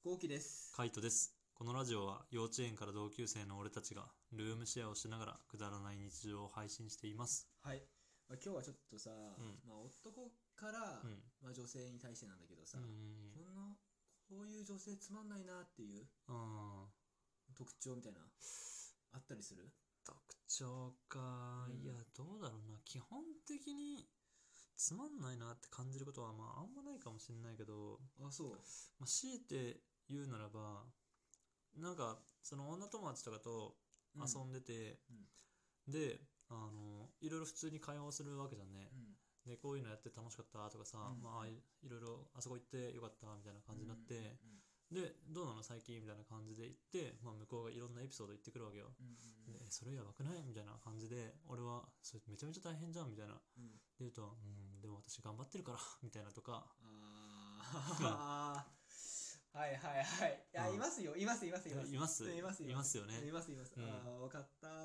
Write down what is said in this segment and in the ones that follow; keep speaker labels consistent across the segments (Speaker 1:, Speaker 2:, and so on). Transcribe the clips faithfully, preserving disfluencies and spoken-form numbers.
Speaker 1: 豪輝です。
Speaker 2: カイトです。このラジオは幼稚園から同級生の俺たちがルームシェアをしながらくだらない日常を配信しています。
Speaker 1: はい。まあ、今日はちょっとさ、
Speaker 2: うん。
Speaker 1: まあ、男から、
Speaker 2: うん。
Speaker 1: まあ、女性に対してなんだけどさ、
Speaker 2: うん。
Speaker 1: この、こういう女性つまんないなっていう
Speaker 2: うん。
Speaker 1: 特徴みたいな、あったりする？
Speaker 2: 特徴か。いや、
Speaker 1: うん。
Speaker 2: どうだろうな。基本的につまんないなって感じることはまああんまないかもしれないけど、
Speaker 1: あ、そ
Speaker 2: まあ、強いて言うならば、なんかその女友達とかと
Speaker 1: う。うん。
Speaker 2: 遊んでて、
Speaker 1: うん。
Speaker 2: で、あの、いろいろ普通に会話をするわけじゃんね。
Speaker 1: うん。
Speaker 2: で、こういうのやって楽しかったとか
Speaker 1: うん。う
Speaker 2: さ、
Speaker 1: ん。
Speaker 2: まあ、いいろいろあそこ行ってよかったみたいな感じになって、で、どうなの最近みたいな感じで言って、まあ、向こうがいろんなエピソード言ってくるわけよ。
Speaker 1: うん。
Speaker 2: で、それやばくないみたいな感じで、俺は、それめちゃめちゃ大変じゃんみたいな。
Speaker 1: うん。うん。
Speaker 2: で言うと、うん、でも私頑張ってるからみたいなとか、うん、
Speaker 1: ああ、はいはいはい。いや、いますよ、います、います、います。
Speaker 2: います、
Speaker 1: います、い
Speaker 2: い
Speaker 1: ます。
Speaker 2: ますよね。
Speaker 1: います、います。
Speaker 2: うん、
Speaker 1: ああ、わかった。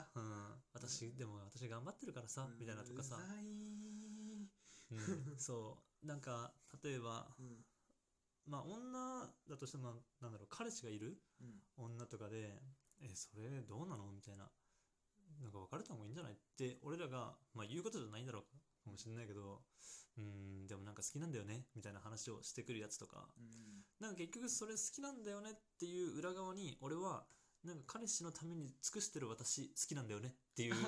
Speaker 2: うん、私、でも私頑張ってるからさ、みたいなとかさ、
Speaker 1: うざい。
Speaker 2: うん、そう、なんか、例えば、
Speaker 1: うん。
Speaker 2: まあ、女だとしても、なんだろう、彼氏がいる
Speaker 1: うん。
Speaker 2: 女とかで、え、それどうなのみたいな。なんか別れた方がいいんじゃないって俺らが、まあ、言うことじゃないんだろうかもしれないけど、うーん、でもなんか好きなんだよねみたいな話をしてくるやつとか、
Speaker 1: うん。
Speaker 2: なんか結局それ好きなんだよねっていう裏側に俺は、なんか彼氏のために尽くしてる私好きなんだよねっていう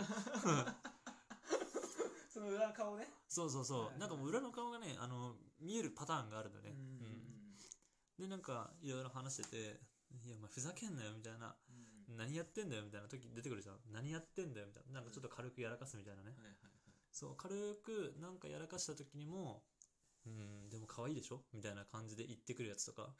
Speaker 1: その裏顔ね。
Speaker 2: そうそう
Speaker 1: はいはい
Speaker 2: そう、なんかもう裏の顔がね、あの見えるパターンがあるんだ
Speaker 1: うんう
Speaker 2: ね。うん。
Speaker 1: ん
Speaker 2: で、なんかいろいろ話してて、いやお前ふざけんなよみたいな、
Speaker 1: うんうん。
Speaker 2: 何やってんだよみたいな時出てくるじゃん。何やってんだよみたいな、なんかちょっと軽くやらかすみたいなね。
Speaker 1: はいはいはい。
Speaker 2: そう、軽くなんかやらかした時にも、うーん、でも可愛いでしょみたいな感じで言ってくるやつとか。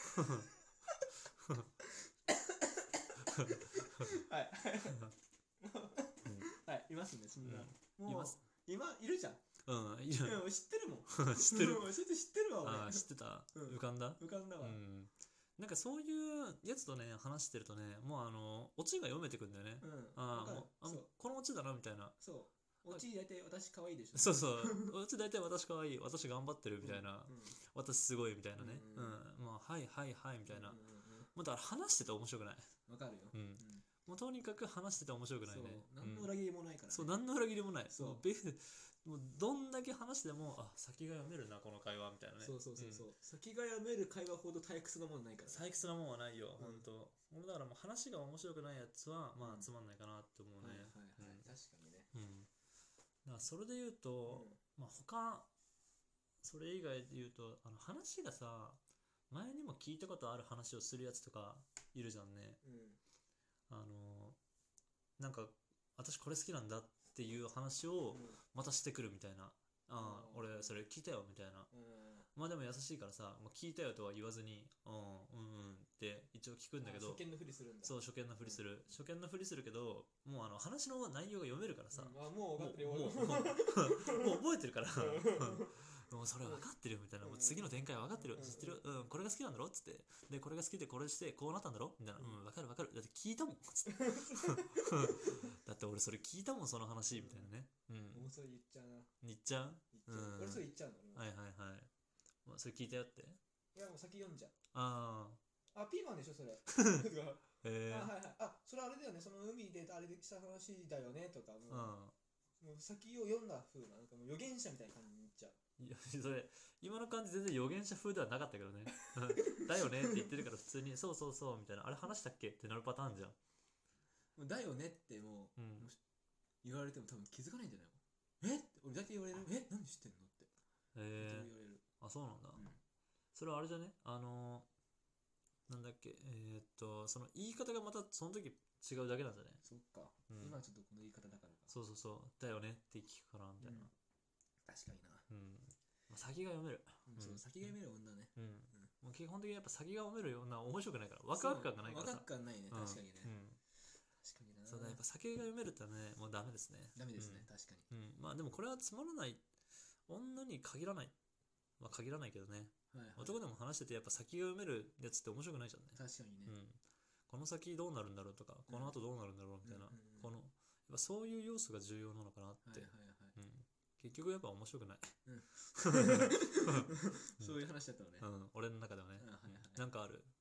Speaker 1: はい。
Speaker 2: うん、
Speaker 1: はい、いますね、そんな。
Speaker 2: うん、いま
Speaker 1: も
Speaker 2: す。
Speaker 1: う、今、いるじゃん。
Speaker 2: うん、いる。
Speaker 1: うん、知ってるもん。
Speaker 2: 知ってる。
Speaker 1: うん、知って知ってるわ、俺。
Speaker 2: ああ、知ってた。
Speaker 1: うん、
Speaker 2: 浮かんだ。
Speaker 1: 浮かんだわ。
Speaker 2: うん。なんかそういうやつとね、話してるとね、もうあの、オチが読めてくんだよね。
Speaker 1: うん、わ
Speaker 2: ああ、
Speaker 1: かる。
Speaker 2: もう、あ、もう
Speaker 1: そう、
Speaker 2: このオチだな、みたいな。
Speaker 1: そう。おち大体私可愛いでしょ。
Speaker 2: そうそう。オチ大体私可愛い。私頑張ってる、み
Speaker 1: うん、う
Speaker 2: たいな。
Speaker 1: ん、
Speaker 2: 私すごい、みたいな
Speaker 1: うん、う
Speaker 2: ね。うん。
Speaker 1: ん、
Speaker 2: まあ、はいはいはい、み
Speaker 1: うん、うん、
Speaker 2: たいな。
Speaker 1: うん。
Speaker 2: もうだから話してて面白くない。
Speaker 1: わかるよ。
Speaker 2: うん。
Speaker 1: うん。
Speaker 2: もうとにかく話してて面白くない
Speaker 1: そう、
Speaker 2: ね。うん。
Speaker 1: 何の裏切りもないからね。
Speaker 2: そう、何の裏切りもない。もう
Speaker 1: そ
Speaker 2: べ、もうどんだけ話しても、あ、先が読めるな、この会話、みたいな
Speaker 1: う、
Speaker 2: ね。
Speaker 1: そうそう
Speaker 2: うん。
Speaker 1: そうそう。先が読める会話ほど退屈なものないからね。
Speaker 2: 退屈なもんはないよ、
Speaker 1: うん。
Speaker 2: ほんと。俺だからもう話が面白くないやつは、まあ
Speaker 1: うん。
Speaker 2: つまんないかなって思う
Speaker 1: はい
Speaker 2: ね。
Speaker 1: はいはい。確かにね。
Speaker 2: うん。うん。だからそれで言うと、
Speaker 1: うん。
Speaker 2: まあ他、それ以外で言うと、あの話がさ、前にも聞いたことある話をするやつとかいるじゃんね。
Speaker 1: うん。
Speaker 2: あの、なんか、私これ好きなんだっていう話を
Speaker 1: うん。
Speaker 2: またしてくるみたいな。
Speaker 1: あ
Speaker 2: ああ、俺それ聞いたよみたいな。
Speaker 1: ーうん。
Speaker 2: まあでも優しいからさ、もう聞いたよとは言わずに、うん、うんうんって一応聞くんだ
Speaker 1: あ、
Speaker 2: けど、
Speaker 1: 初見のふりするんだ。
Speaker 2: そう、初見のふ
Speaker 1: うん。
Speaker 2: りする。初見のふりするけど、もうあの話の内容が読めるからさ、
Speaker 1: うん。あ、もう分か
Speaker 2: も
Speaker 1: ってるよ、
Speaker 2: う、
Speaker 1: 俺も。
Speaker 2: もう、もう覚えてるから、
Speaker 1: うん。
Speaker 2: もうそれ分かってるよみたいな、もう次の展開分かってるよ、
Speaker 1: うん。
Speaker 2: 知ってる、うん、これが好きなんだろっつって、で、これが好きでこれしてこうなったんだろみたいな、うん、分かる分かる。だって聞いたもん、つって。だって俺それ聞いたもん、その話、みたいなね。うん。
Speaker 1: もうそれ言っちゃうな。
Speaker 2: 言っちゃう。
Speaker 1: 言っちゃう。俺
Speaker 2: うん。
Speaker 1: それ言っちゃうの、俺も。
Speaker 2: はいはいはい。まあ、それ聞いたよって。
Speaker 1: いや、もう先読んじゃう。
Speaker 2: あ
Speaker 1: あ、ピーマンでしょ、それ。
Speaker 2: あ、へ
Speaker 1: あ、
Speaker 2: え
Speaker 1: はいはい。あ、それあれだよね。その海であれでした話だよねとか、
Speaker 2: ー。う
Speaker 1: も
Speaker 2: ん。
Speaker 1: う、もう先を読んだ風な、なんかもう予言者みたいな感じに言っちゃう。
Speaker 2: いや、それ、今の感じ全然予言者風ではなかったけどね。だよねって言ってるから普通に、そうそうそうみたいな、あれ話したっけってなるパターンじゃん。
Speaker 1: もうだよねっても
Speaker 2: うん。
Speaker 1: う、もし言われても多分気づかないんじゃないの？えって俺だけ言われる。え何知ってんのって。
Speaker 2: え
Speaker 1: 言われる。
Speaker 2: ー、あ、そうなんだ。
Speaker 1: うん。
Speaker 2: それはあれじゃね、あのー、なんだっけ、えー、っと、その言い方がまたその時違うだけなんじゃね。
Speaker 1: そっか。
Speaker 2: うん。
Speaker 1: 今ちょっとこの言い方だからか。
Speaker 2: そうそうそう、だよねって聞くからみたいな。
Speaker 1: うん。確かにな。
Speaker 2: うん。まあ、先が読める。
Speaker 1: うん、
Speaker 2: うん。
Speaker 1: そう、先が読める女ね。
Speaker 2: うん。
Speaker 1: うん。
Speaker 2: もう基本的にやっぱ先が読めるような面白くないから、ワクワク感がないからさ。
Speaker 1: ワクワク感ないね、
Speaker 2: うん。
Speaker 1: 確かにね。
Speaker 2: うん。
Speaker 1: 確かにな。
Speaker 2: そうだ、やっぱ先が読めるってね、もうダメですね。
Speaker 1: ダメですね、確かに。
Speaker 2: うん。うん。まあでもこれはつまらない女に限らない。まあ限らないけどね。
Speaker 1: はいはい。
Speaker 2: 男でも話しててやっぱ先が読めるやつって面白くないじゃんね。
Speaker 1: 確かにね。
Speaker 2: うん。この先どうなるんだろうとか、この後どうなるんだろうみたいな。
Speaker 1: うんうんうん、
Speaker 2: この、やっぱそういう要素が重要なのかなって。
Speaker 1: はいはいはい。
Speaker 2: うん。結局やっぱ面白くない。
Speaker 1: うん。そういう話だったのね。
Speaker 2: うん。俺の中ではね。
Speaker 1: うん、はいはい。
Speaker 2: なんかある。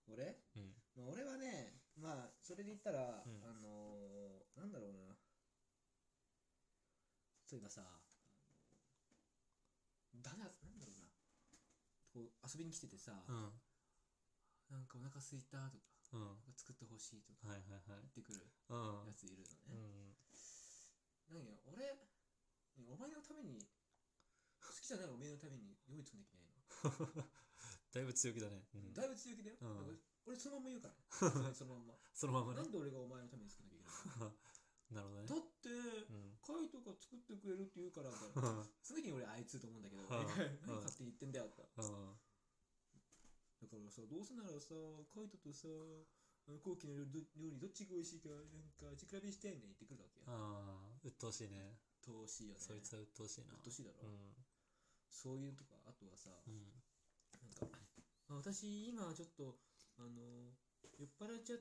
Speaker 1: 俺
Speaker 2: うん
Speaker 1: まあ俺はね、まあそれで言ったら、
Speaker 2: うん
Speaker 1: あのー、なんだろうな、そういえばさ、だな、なんだろうな、こう遊びに来ててさ、
Speaker 2: うん
Speaker 1: なんかお腹空いたとか、
Speaker 2: うん
Speaker 1: なんか作ってほしいとか
Speaker 2: はいはいはい
Speaker 1: 言ってくる
Speaker 2: うん
Speaker 1: やついるの
Speaker 2: う
Speaker 1: ね。
Speaker 2: ん
Speaker 1: なんや、俺、お前のために、好きじゃないお前のために用意作んなきゃいけないの。
Speaker 2: だいぶ強気だね、うん、
Speaker 1: だいぶ強気だよ。
Speaker 2: うん
Speaker 1: なんか俺そのまんま言うからね。そのまんま。
Speaker 2: そのままね
Speaker 1: なんで俺がお前のために作んなきゃいけないの
Speaker 2: なるほどね
Speaker 1: だって、
Speaker 2: うん
Speaker 1: 貝とか作ってくれるって言うからみたいな。その時に俺あいつと思うんだけど、
Speaker 2: はあ
Speaker 1: 何勝手に言ってんだよって。
Speaker 2: うん
Speaker 1: だからさ、どうせならさ、カイトとさ、後期の料理料理どっちが美味しいか、なんか味比べしてみたいに言ってくるわけよ。
Speaker 2: ああ、鬱陶しいね。
Speaker 1: 遠しいよね。
Speaker 2: そいつは鬱陶しいな。
Speaker 1: 鬱陶しいだろ。
Speaker 2: うん。
Speaker 1: そういうとか、あとはさ、
Speaker 2: うん。
Speaker 1: なんか、あ私今ちょっと、あの、酔っ払っちゃって、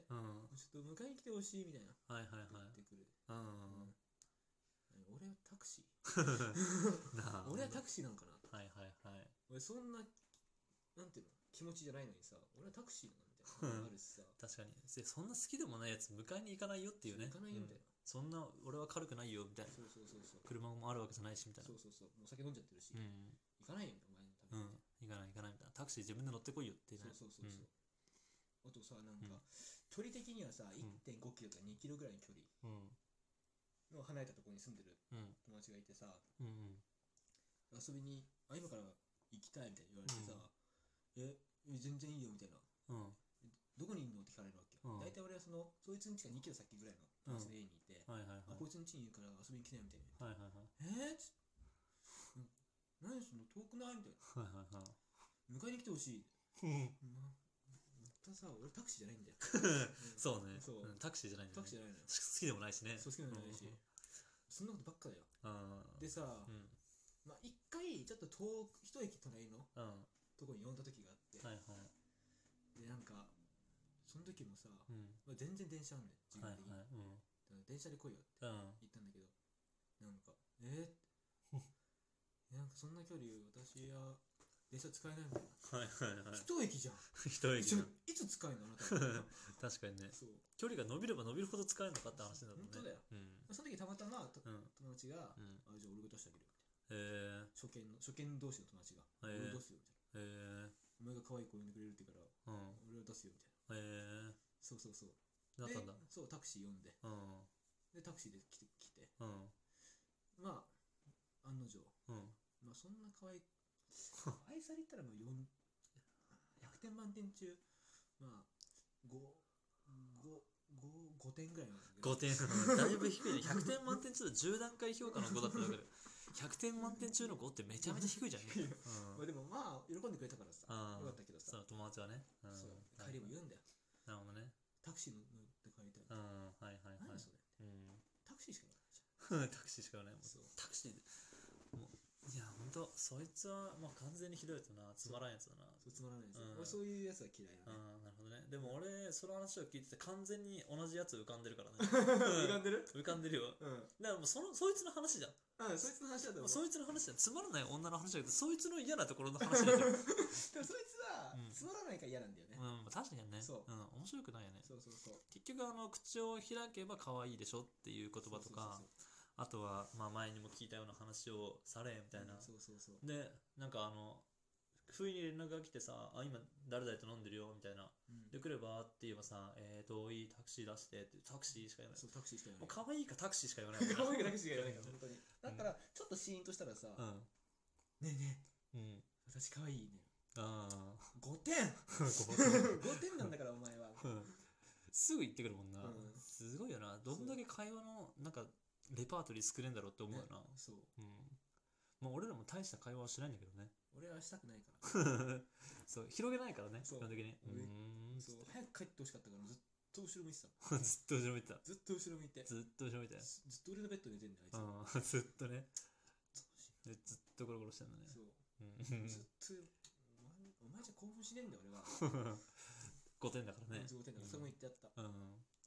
Speaker 2: うん。
Speaker 1: ちょっと迎えに来てほしいみたいな。
Speaker 2: はいはいはい。
Speaker 1: 言ってくる。
Speaker 2: うん。
Speaker 1: うん俺はタクシー
Speaker 2: なあ。
Speaker 1: 俺はタクシーなのかなと。
Speaker 2: はいはいはい。
Speaker 1: 俺そんな、なんていうの、気持ちじゃないのにさ、俺はタクシーなのみたいなのがあるしさ。
Speaker 2: 確かに。でそんな好きでもないやつ迎えに行かないよっていうね。
Speaker 1: 行かないよみたいな。
Speaker 2: うんそんな俺は軽くないよみたいな。
Speaker 1: そうそうそうそう。
Speaker 2: 車もあるわけじゃないしみたいな。
Speaker 1: そうそうそう。もう酒飲んじゃってるし、
Speaker 2: うん。
Speaker 1: 行かないよみたいな、お前のために。
Speaker 2: うん。行かない行かないみたいな。タクシー自分で乗ってこいよっていうね。
Speaker 1: そうそうそうそう。あとさ、なんか、
Speaker 2: うん
Speaker 1: 距離的にはさ、いってんごキロとかにキロぐらいの距離
Speaker 2: うん。
Speaker 1: の離れたところに住んでる
Speaker 2: うん。
Speaker 1: 友達がいてさ、
Speaker 2: うん。うん。
Speaker 1: 遊びに、あ、今から行きたいみたいに言われてさ、え、え全然いいよみたいな。
Speaker 2: うん。
Speaker 1: どこにいるのって聞かれるわけよ。
Speaker 2: うん
Speaker 1: 大体俺はその、そいつんちがにキロ先ぐらいの友達の家にいて、
Speaker 2: はいはいはい。
Speaker 1: あ、こいつんちにいるから遊びに来なよみたいな。
Speaker 2: はいはいはい。
Speaker 1: えー、つうん何その遠くないみたいな。
Speaker 2: はいはいはい。
Speaker 1: 迎えに来てほしい。
Speaker 2: うん
Speaker 1: ままたさ、俺タクシーじゃないんだよ。
Speaker 2: そうね。
Speaker 1: そう
Speaker 2: うんタクシーじゃないんだよね。
Speaker 1: タクシーじゃないのよ。
Speaker 2: 好きでもないしね。
Speaker 1: そう好きなのないし
Speaker 2: うん。
Speaker 1: そんなことばっかだよ。
Speaker 2: あー
Speaker 1: でさ、
Speaker 2: うん。
Speaker 1: まあ一回ちょっと遠く、一駅隣の
Speaker 2: うん。
Speaker 1: とこに呼んだ時があって、
Speaker 2: はいはい。
Speaker 1: で、なんか、その時もさ、
Speaker 2: うん。
Speaker 1: まあ、全然電車あんねん、自分的に。
Speaker 2: はいはい。うん。
Speaker 1: だから電車で来いよって
Speaker 2: うん。
Speaker 1: 言ったんだけど、なんか、えー、ってなんかそんな距離、私は電車使えないみたいな。
Speaker 2: はいはいはい。
Speaker 1: 一駅じゃん。
Speaker 2: 一駅
Speaker 1: ちょいつ使えんのあなたは。
Speaker 2: 確かにね。
Speaker 1: そう。
Speaker 2: 距離が伸びれば伸びるほど使えるのかって話だもんね。
Speaker 1: 本当だよ。
Speaker 2: うん。
Speaker 1: その時たまたまと
Speaker 2: うん。
Speaker 1: 友達が、
Speaker 2: うん。
Speaker 1: あ、じゃあ俺が出してあげるよみ
Speaker 2: えー。
Speaker 1: たいな。初見の、初見同士の友達が、
Speaker 2: へー
Speaker 1: 俺が出すよみたい
Speaker 2: えー。
Speaker 1: な。お前が可愛い子呼んでくれるって言うから、
Speaker 2: うん。
Speaker 1: 俺が出すよみたいな。
Speaker 2: えー。
Speaker 1: そうそうそう。
Speaker 2: だったんだ。
Speaker 1: でそう、タクシー呼んで、
Speaker 2: うん。
Speaker 1: で、タクシーで来て、来て
Speaker 2: うん。
Speaker 1: まあ、案の定、
Speaker 2: うん。
Speaker 1: まあそんな可愛い、愛されたらまあよん、ひゃくてん満点中、まあ、ご、ご、ご、ごてんぐらいなんだけど。
Speaker 2: ごてん。だいぶ低いね。ひゃくてん満点中でじゅう段階評価のごだっただけで。ひゃくてん満点中のごってめちゃめちゃ低いじゃん。うん。
Speaker 1: まあでもまあ、喜んでくれたからさ、
Speaker 2: あー
Speaker 1: よかったけどさ、
Speaker 2: そう、友達はね。うん。
Speaker 1: そう帰りも言うんだよ。
Speaker 2: なるほどね。
Speaker 1: タクシー乗って帰りたい。
Speaker 2: うん。はいはいはい。
Speaker 1: 何それ
Speaker 2: うん。
Speaker 1: タクシーしかないじ
Speaker 2: タクシーしかないもん。
Speaker 1: そう
Speaker 2: タクシーで。もういや、ほんと、そいつは、まあ、完全にひどいやつだな。つまらんやつだな。
Speaker 1: ゃん。そうつまらないですよ。
Speaker 2: うん
Speaker 1: 俺そういうやつは嫌いだね。
Speaker 2: ああ、なるほどね。でも俺、その話を聞いてて、完全に同じやつ浮かんでるからね。
Speaker 1: 浮かんでる
Speaker 2: 浮かんでるよ。
Speaker 1: うん。
Speaker 2: だからもうその、そいつの話じゃん。
Speaker 1: うん、そいつの話だと思う。
Speaker 2: そいつの話じゃん。つまらない女の話だけど、そいつの嫌なところの話だよ。
Speaker 1: でもそいつは
Speaker 2: うん
Speaker 1: つまらないから嫌なんだよね。
Speaker 2: うん、確かにね。
Speaker 1: そう
Speaker 2: うん、面白くないよね。
Speaker 1: そうそうそう。
Speaker 2: 結局、あの、口を開けば可愛いでしょっていう言葉とか、あとは、まあ、前にも聞いたような話をされ、みたいな。
Speaker 1: そうそうそう。
Speaker 2: で、なんかあの、不意に連絡が来てさ、あ、今誰々と飲んでるよ、みたいな。
Speaker 1: うん
Speaker 2: で、来ればって言えばさ、えー、遠いタクシー出してって、タクシーしか言わない。
Speaker 1: そう、タクシーしか言
Speaker 2: もう
Speaker 1: わない。
Speaker 2: 可愛いかタクシーしか言わない。
Speaker 1: 可愛いタクシーしか言わないから、本当に。だから、ちょっとシーンとしたらさ、
Speaker 2: うん。
Speaker 1: ねえね
Speaker 2: うん。
Speaker 1: え、私可愛いね。
Speaker 2: あ
Speaker 1: ごてん !
Speaker 2: あ。
Speaker 1: ごてんなんだから、お前は。
Speaker 2: すぐ言ってくるもんな。
Speaker 1: うん
Speaker 2: すごいよな。どんだけ会話の、なんか、レパートリー作れんだろうって思うよな。
Speaker 1: そう。
Speaker 2: うん。まあ、俺らも大した会話はしないんだけどね。
Speaker 1: 俺はしたくないから。
Speaker 2: そう、広げないからね、基
Speaker 1: そう
Speaker 2: 本的に。う
Speaker 1: 俺
Speaker 2: ーん。ず
Speaker 1: そう、早く帰ってほしかったから、ずっと後ろ向いてた。
Speaker 2: っと後ろ見てた。
Speaker 1: ずっと後ろ向いて。
Speaker 2: ずっと後ろ見てたよ。
Speaker 1: ずずっと俺のベッドで寝てんだよ、あいつ。
Speaker 2: うん。ずっとね。でずっとゴロゴロしてんのね。
Speaker 1: そう。
Speaker 2: うん。
Speaker 1: ずっと、お前お前じゃ興奮しねえんだよ、俺は。
Speaker 2: ごてんだからね。
Speaker 1: ごてんだから、それも言ってやった。
Speaker 2: うん。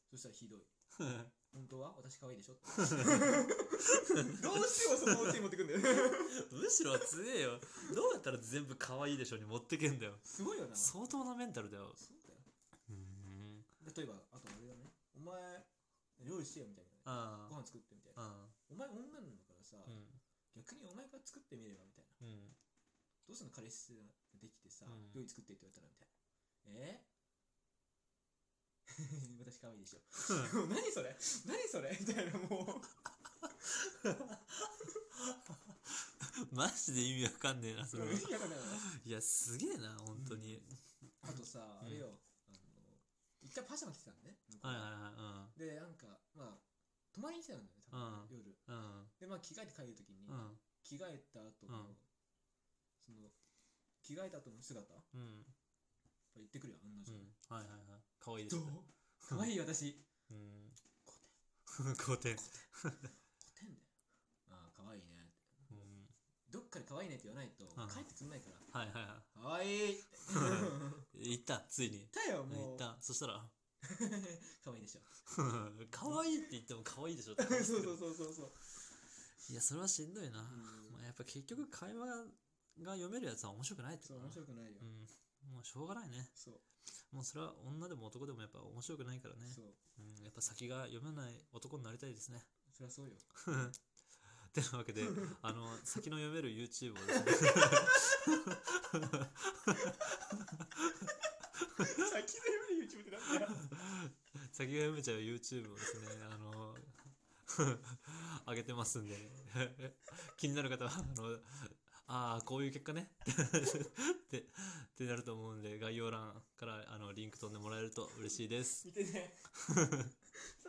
Speaker 1: そしたらひどい。本当は私可愛いでしょどうしてもそのオチに持ってくんだよね。
Speaker 2: むしろ強えよ。どうやったら全部可愛いでしょに持ってけんだよ。
Speaker 1: すごいよな。
Speaker 2: 相当なメンタルだよ。
Speaker 1: そうだよ。
Speaker 2: うーん。
Speaker 1: 例えば、あとあれだね。お前、料理してよみたいな、ね。
Speaker 2: あ
Speaker 1: ご飯作ってみたいな。
Speaker 2: あ。
Speaker 1: お前女なんだからさ、
Speaker 2: うん。
Speaker 1: 逆にお前が作ってみればみたいな。
Speaker 2: うん。
Speaker 1: どうすんの彼氏ができてさ、
Speaker 2: うん
Speaker 1: 料理作ってって言われたらみたいな。えー私可愛いでしょ。何それ何それみたいな、もう。
Speaker 2: マジで意味わかんねえな、それは。
Speaker 1: 意味わかんないよね。
Speaker 2: いや、すげえな、本当に。
Speaker 1: あとさ、あれよ、あの、一回パジャマ着てたのね。
Speaker 2: はいはいはい。
Speaker 1: で、なんか、まあ、泊まりに来てたんだよね、多分、夜。
Speaker 2: うん。うん。
Speaker 1: で、まあ、着替えて帰るときに、
Speaker 2: うん。
Speaker 1: 着替えた後の、
Speaker 2: うん
Speaker 1: その、着替えた後の姿、やっ
Speaker 2: うん。
Speaker 1: ぱ言ってくるよ、案の定。
Speaker 2: うん。はいはいはい。可愛いでしょ。
Speaker 1: どう可愛い私。
Speaker 2: うん。
Speaker 1: ごてん。
Speaker 2: ごてん。
Speaker 1: ごてんだよ。ああ、可愛いね。
Speaker 2: うん。
Speaker 1: どっかで可愛いねって言わないと、帰ってくんないから。
Speaker 2: はいはいは
Speaker 1: 可愛いって。
Speaker 2: い。言った、ついに。
Speaker 1: 言ったよ、もう。
Speaker 2: 言った。そしたら、
Speaker 1: 可愛いでしょ。
Speaker 2: 可愛いって言っても可愛いでしょって
Speaker 1: そうそうそうそうそう。
Speaker 2: いや、それはしんどいな。
Speaker 1: うん
Speaker 2: まあ、やっぱ結局会話が読めるやつは面白くないって
Speaker 1: そう、
Speaker 2: こと
Speaker 1: 面白くないよ。
Speaker 2: うん。もうしょうがないね。
Speaker 1: そう。
Speaker 2: もうそれは女でも男でもやっぱ面白くないからね。
Speaker 1: そう。
Speaker 2: うん、やっぱ先が読めない男になりたいですね。
Speaker 1: そりゃそうよ。
Speaker 2: てなわけで、あの、先の読める YouTube をですね。
Speaker 1: 先で読める YouTube ってなんだよ。
Speaker 2: 先が読めちゃう YouTube をですね、あの、上げてますんで、気になる方は、あの、ああ、こういう結果ねってってなると思うんで、概要欄からあのリンク飛んでもらえると嬉しいです。
Speaker 1: 見てね。